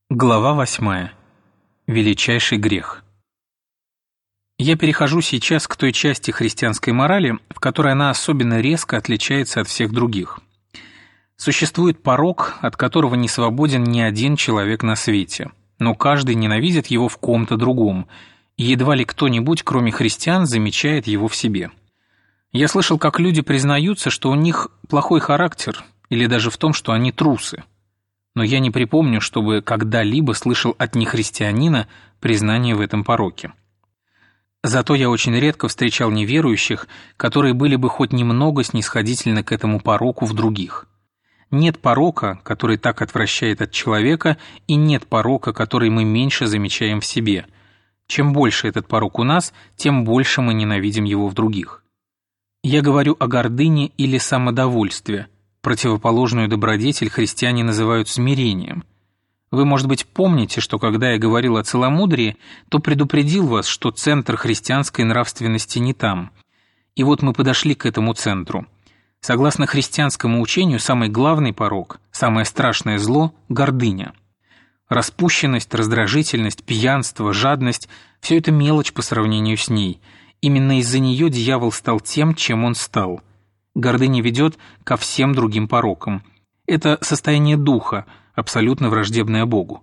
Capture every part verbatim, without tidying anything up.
Глава восьмая. Величайший грех. Я перехожу сейчас к той части христианской морали, в которой она особенно резко отличается от всех других. Существует порок, от которого не свободен ни один человек на свете, но каждый ненавидит его в ком-то другом, и едва ли кто-нибудь, кроме христиан, замечает его в себе. Я слышал, как люди признаются, что у них плохой характер, или даже в том, что они трусы. Но я не припомню, чтобы когда-либо слышал от нехристианина признание в этом пороке. Зато я очень редко встречал неверующих, которые были бы хоть немного снисходительны к этому пороку в других. Нет порока, который так отвращает от человека, и нет порока, который мы меньше замечаем в себе. Чем больше этот порок у нас, тем больше мы ненавидим его в других. Я говорю о гордыне или самодовольстве. Противоположную добродетель христиане называют смирением. Вы, может быть, помните, что когда я говорил о целомудрии, то предупредил вас, что центр христианской нравственности не там. И вот мы подошли к этому центру. Согласно христианскому учению, самый главный порок, самое страшное зло – гордыня. Распущенность, раздражительность, пьянство, жадность – все это мелочь по сравнению с ней. Именно из-за нее дьявол стал тем, чем он стал. Гордыня ведет ко всем другим порокам. Это состояние духа, абсолютно враждебное Богу.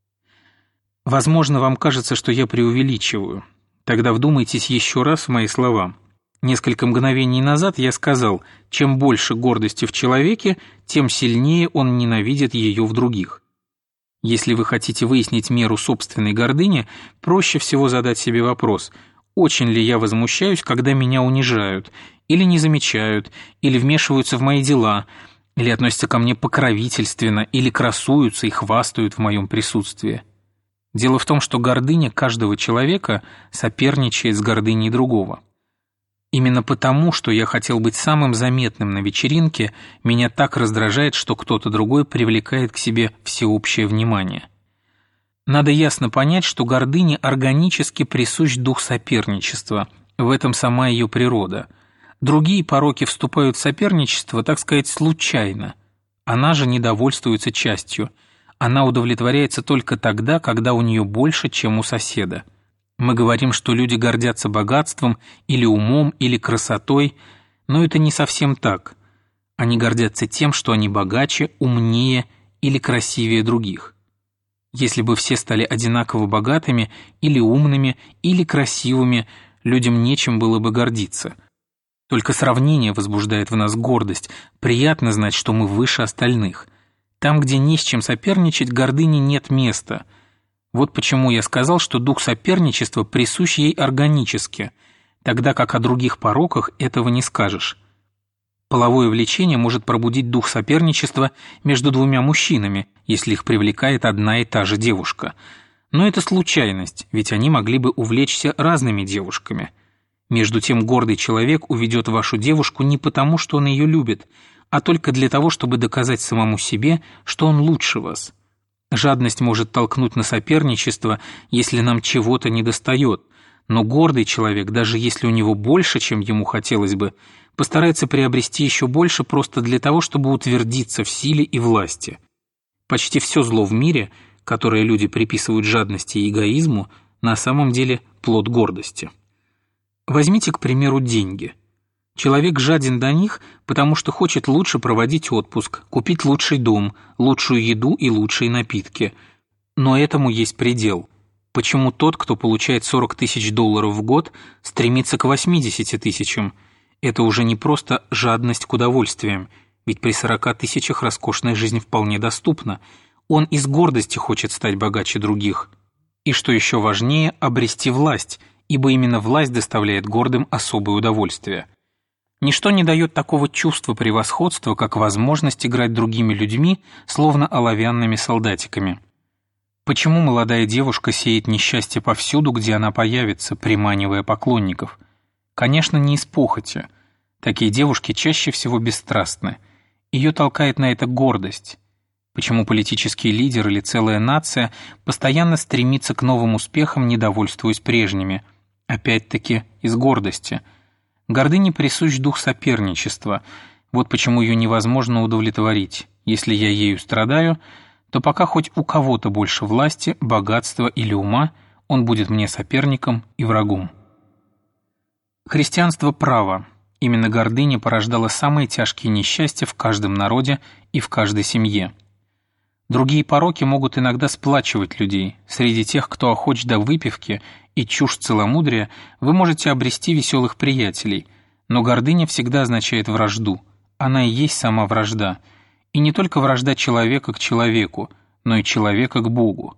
Возможно, вам кажется, что я преувеличиваю. Тогда вдумайтесь еще раз в мои слова. Несколько мгновений назад я сказал, чем больше гордости в человеке, тем сильнее он ненавидит ее в других. Если вы хотите выяснить меру собственной гордыни, проще всего задать себе вопрос – очень ли я возмущаюсь, когда меня унижают, или не замечают, или вмешиваются в мои дела, или относятся ко мне покровительственно, или красуются и хвастают в моем присутствии. Дело в том, что гордыня каждого человека соперничает с гордыней другого. Именно потому, что я хотел быть самым заметным на вечеринке, меня так раздражает, что кто-то другой привлекает к себе всеобщее внимание. Надо ясно понять, что гордыне органически присущ дух соперничества, в этом сама ее природа. Другие пороки вступают в соперничество, так сказать, случайно. Она же недовольствуется частью. Она удовлетворяется только тогда, когда у нее больше, чем у соседа. Мы говорим, что люди гордятся богатством, или умом, или красотой, но это не совсем так. Они гордятся тем, что они богаче, умнее или красивее других. Если бы все стали одинаково богатыми, или умными, или красивыми, людям нечем было бы гордиться. Только сравнение возбуждает в нас гордость, приятно знать, что мы выше остальных. Там, где не с чем соперничать, гордыне нет места. Вот почему я сказал, что дух соперничества присущ ей органически, тогда как о других пороках этого не скажешь. Половое влечение может пробудить дух соперничества между двумя мужчинами, если их привлекает одна и та же девушка. Но это случайность, ведь они могли бы увлечься разными девушками. Между тем гордый человек уведет вашу девушку не потому, что он ее любит, а только для того, чтобы доказать самому себе, что он лучше вас. Жадность может толкнуть на соперничество, если нам чего-то недостает, но гордый человек, даже если у него больше, чем ему хотелось бы, постарается приобрести еще больше просто для того, чтобы утвердиться в силе и власти. Почти все зло в мире, которое люди приписывают жадности и эгоизму, на самом деле плод гордости. Возьмите, к примеру, деньги. Человек жаден до них, потому что хочет лучше проводить отпуск, купить лучший дом, лучшую еду и лучшие напитки. Но этому есть предел. Почему тот, кто получает сорок тысяч долларов в год, стремится к восьмидесяти тысячам? Это уже не просто жадность к удовольствиям, ведь при сорока тысячах роскошная жизнь вполне доступна. Он из гордости хочет стать богаче других. И что еще важнее, обрести власть, ибо именно власть доставляет гордым особое удовольствие. Ничто не дает такого чувства превосходства, как возможность играть другими людьми, словно оловянными солдатиками. Почему молодая девушка сеет несчастье повсюду, где она появится, приманивая поклонников? Конечно, не из похоти. Такие девушки чаще всего бесстрастны. Ее толкает на это гордость. Почему политический лидер или целая нация постоянно стремится к новым успехам, недовольствуясь прежними? Опять-таки из гордости. Гордыне присущ дух соперничества. Вот почему ее невозможно удовлетворить. Если я ею страдаю, то пока хоть у кого-то больше власти, богатства или ума, он будет мне соперником и врагом. Христианство право. Именно гордыня порождала самые тяжкие несчастья в каждом народе и в каждой семье. Другие пороки могут иногда сплачивать людей. Среди тех, кто охоч до выпивки и чушь целомудрия, вы можете обрести веселых приятелей, но гордыня всегда означает вражду. Она и есть сама вражда. И не только вражда человека к человеку, но и человека к Богу.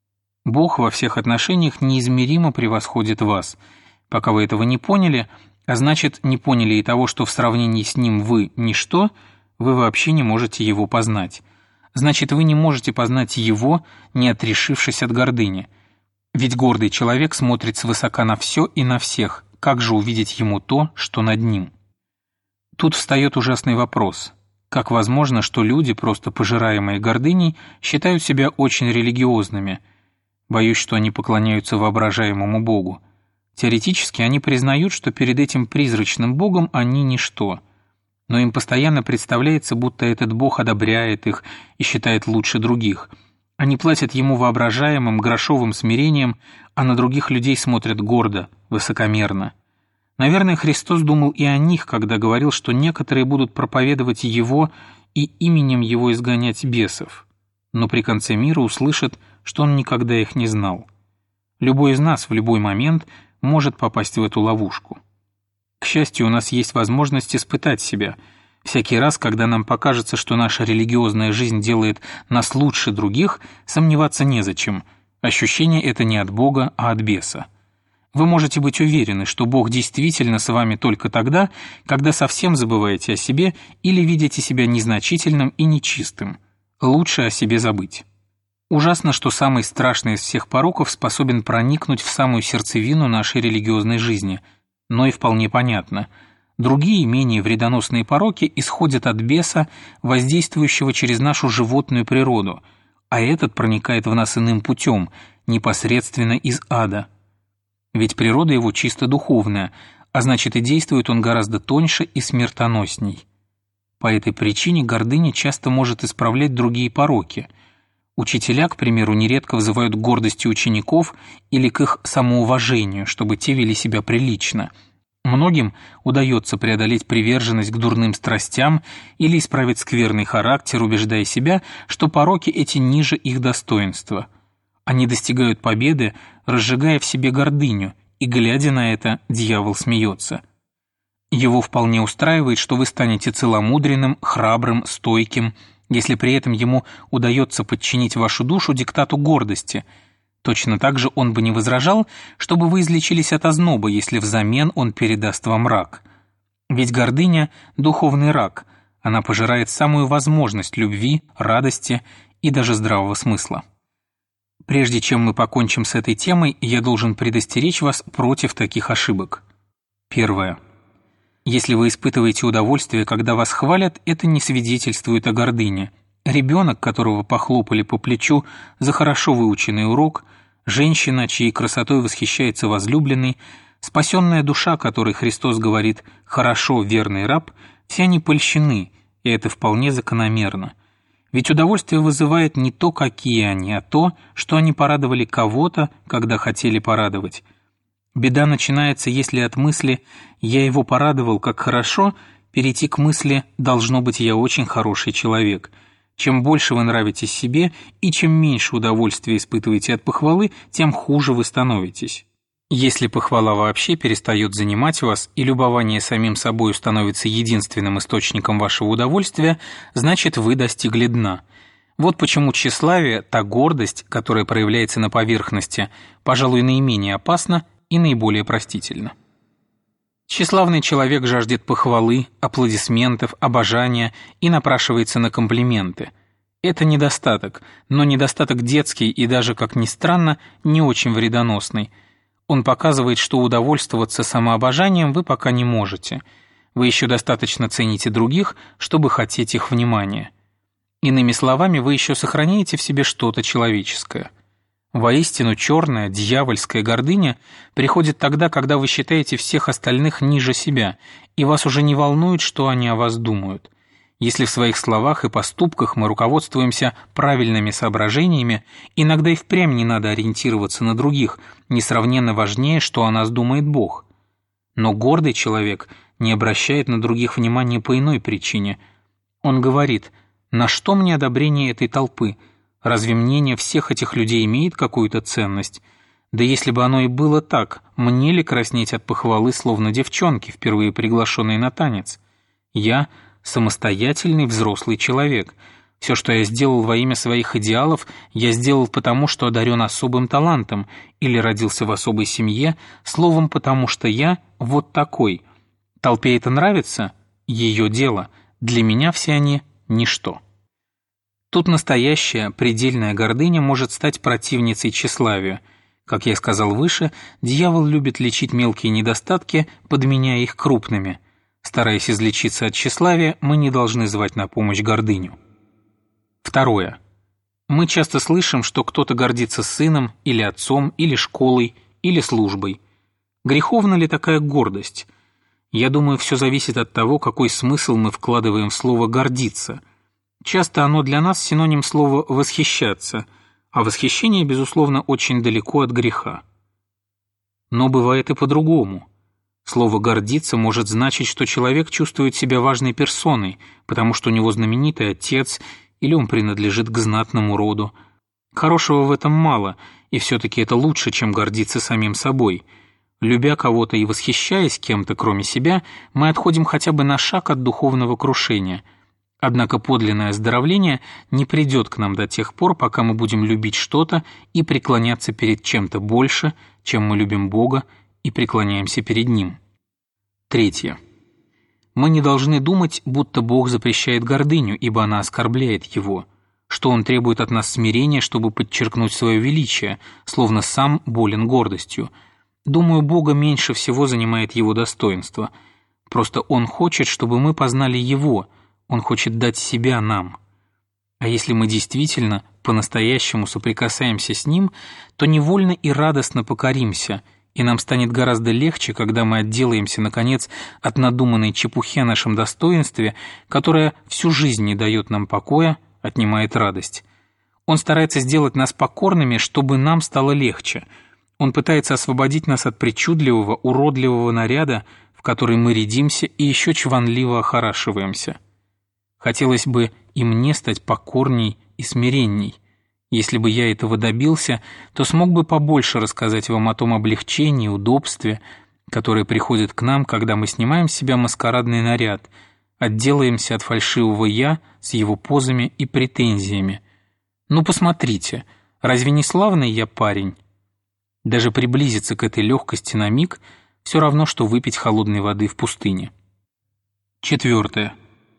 Бог во всех отношениях неизмеримо превосходит вас. Пока вы этого не поняли, а значит, не поняли и того, что в сравнении с Ним вы – ничто, вы вообще не можете Его познать. Значит, вы не можете познать Его, не отрешившись от гордыни. Ведь гордый человек смотрит свысока на все и на всех. Как же увидеть ему то, что над ним? Тут встает ужасный вопрос. Как возможно, что люди, просто пожираемые гордыней, считают себя очень религиозными? Боюсь, что они поклоняются воображаемому Богу. Теоретически они признают, что перед этим призрачным Богом они ничто. Но им постоянно представляется, будто этот Бог одобряет их и считает лучше других. Они платят ему воображаемым грошовым смирением, а на других людей смотрят гордо, высокомерно. Наверное, Христос думал и о них, когда говорил, что некоторые будут проповедовать Его и именем Его изгонять бесов, но при конце мира услышат, что Он никогда их не знал. Любой из нас в любой момент может попасть в эту ловушку. К счастью, у нас есть возможность испытать себя. Всякий раз, когда нам покажется, что наша религиозная жизнь делает нас лучше других, сомневаться незачем. Ощущение это не от Бога, а от беса. Вы можете быть уверены, что Бог действительно с вами только тогда, когда совсем забываете о себе или видите себя незначительным и нечистым. Лучше о себе забыть. Ужасно, что самый страшный из всех пороков способен проникнуть в самую сердцевину нашей религиозной жизни, но и вполне понятно. Другие, менее вредоносные пороки исходят от беса, воздействующего через нашу животную природу, а этот проникает в нас иным путем, непосредственно из ада. Ведь природа его чисто духовная, а значит и действует он гораздо тоньше и смертоносней. По этой причине гордыня часто может исправлять другие пороки. Учителя, к примеру, нередко вызывают к гордости учеников или к их самоуважению, чтобы те вели себя прилично. Многим удается преодолеть приверженность к дурным страстям или исправить скверный характер, убеждая себя, что пороки эти ниже их достоинства. Они достигают победы, разжигая в себе гордыню, и, глядя на это, дьявол смеется. Его вполне устраивает, что вы станете целомудренным, храбрым, стойким, если при этом ему удается подчинить вашу душу диктату гордости. Точно так же он бы не возражал, чтобы вы излечились от озноба, если взамен он передаст вам рак. Ведь гордыня – духовный рак, она пожирает самую возможность любви, радости и даже здравого смысла. Прежде чем мы покончим с этой темой, я должен предостеречь вас против таких ошибок. Первое. Если вы испытываете удовольствие, когда вас хвалят, это не свидетельствует о гордыне. Ребенок, которого похлопали по плечу за хорошо выученный урок, женщина, чьей красотой восхищается возлюбленный, спасенная душа, которой Христос говорит «хорошо, верный раб», все они польщены, и это вполне закономерно. Ведь удовольствие вызывает не то, какие они, а то, что они порадовали кого-то, когда хотели порадовать. Беда начинается, если от мысли «я его порадовал как хорошо» перейти к мысли «должно быть, я очень хороший человек». Чем больше вы нравитесь себе и чем меньше удовольствия испытываете от похвалы, тем хуже вы становитесь. Если похвала вообще перестает занимать вас и любование самим собой становится единственным источником вашего удовольствия, значит вы достигли дна. Вот почему тщеславие, та гордость, которая проявляется на поверхности, пожалуй, наименее опасна и наиболее простительна. Тщеславный человек жаждет похвалы, аплодисментов, обожания и напрашивается на комплименты. Это недостаток, но недостаток детский и даже, как ни странно, не очень вредоносный. Он показывает, что удовольствоваться самообожанием вы пока не можете. Вы еще достаточно цените других, чтобы хотеть их внимания. Иными словами, вы еще сохраняете в себе что-то человеческое. Воистину, черная, дьявольская гордыня приходит тогда, когда вы считаете всех остальных ниже себя, и вас уже не волнует, что они о вас думают. Если в своих словах и поступках мы руководствуемся правильными соображениями, иногда и впрямь не надо ориентироваться на других, несравненно важнее, что о нас думает Бог. Но гордый человек не обращает на других внимания по иной причине. Он говорит: «На что мне одобрение этой толпы? Разве мнение всех этих людей имеет какую-то ценность? Да если бы оно и было так, мне ли краснеть от похвалы, словно девчонки, впервые приглашенные на танец? Я самостоятельный взрослый человек. Все, что я сделал во имя своих идеалов, я сделал потому, что одарен особым талантом, или родился в особой семье, словом, потому что я вот такой. Толпе это нравится? Ее дело. Для меня все они – ничто». Тут настоящая, предельная гордыня может стать противницей тщеславию. Как я сказал выше, дьявол любит лечить мелкие недостатки, подменяя их крупными. Стараясь излечиться от тщеславия, мы не должны звать на помощь гордыню. Второе. Мы часто слышим, что кто-то гордится сыном, или отцом, или школой, или службой. Греховна ли такая гордость? Я думаю, все зависит от того, какой смысл мы вкладываем в слово «гордиться». Часто оно для нас синоним слова «восхищаться», а восхищение, безусловно, очень далеко от греха. Но бывает и по-другому. Слово «гордиться» может значить, что человек чувствует себя важной персоной, потому что у него знаменитый отец или он принадлежит к знатному роду. Хорошего в этом мало, и все-таки это лучше, чем гордиться самим собой. Любя кого-то и восхищаясь кем-то, кроме себя, мы отходим хотя бы на шаг от духовного крушения. Однако подлинное оздоровление не придет к нам до тех пор, пока мы будем любить что-то и преклоняться перед чем-то больше, чем мы любим Бога и преклоняемся перед Ним. Третье. Мы не должны думать, будто Бог запрещает гордыню, ибо она оскорбляет Его, что Он требует от нас смирения, чтобы подчеркнуть свое величие, словно Сам болен гордостью. Думаю, Бога меньше всего занимает Его достоинство. Просто Он хочет, чтобы мы познали Его, Он хочет дать себя нам. А если мы действительно по-настоящему соприкасаемся с Ним, то невольно и радостно покоримся, и нам станет гораздо легче, когда мы отделаемся, наконец, от надуманной чепухи о нашем достоинстве, которая всю жизнь не дает нам покоя, отнимает радость. Он старается сделать нас покорными, чтобы нам стало легче. Он пытается освободить нас от причудливого, уродливого наряда, в который мы рядимся и еще чванливо охорашиваемся. Хотелось бы и мне стать покорней и смиренней. Если бы я этого добился, то смог бы побольше рассказать вам о том облегчении и удобстве, которое приходит к нам, когда мы снимаем с себя маскарадный наряд, отделаемся от фальшивого «я» с его позами и претензиями. Ну посмотрите, разве не славный я парень? Даже приблизиться к этой легкости на миг все равно, что выпить холодной воды в пустыне. Четвертое.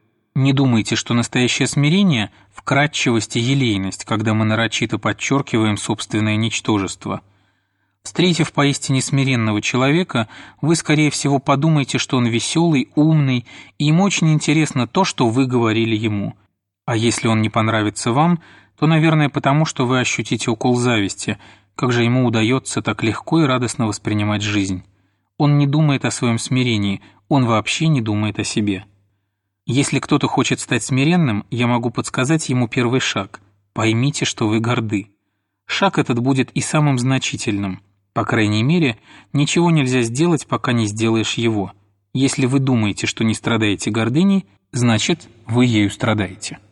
Не думайте, что настоящее смирение – вкрадчивость и елейность, когда мы нарочито подчеркиваем собственное ничтожество. Встретив поистине смиренного человека, вы, скорее всего, подумаете, что он веселый, умный, и ему очень интересно то, что вы говорили ему. А если он не понравится вам, то, наверное, потому что вы ощутите укол зависти, как же ему удается так легко и радостно воспринимать жизнь. Он не думает о своем смирении, он вообще не думает о себе. Если кто-то хочет стать смиренным, я могу подсказать ему первый шаг. Поймите, что вы горды. Шаг этот будет и самым значительным. По крайней мере, ничего нельзя сделать, пока не сделаешь его. Если вы думаете, что не страдаете гордыней, значит, вы ею страдаете.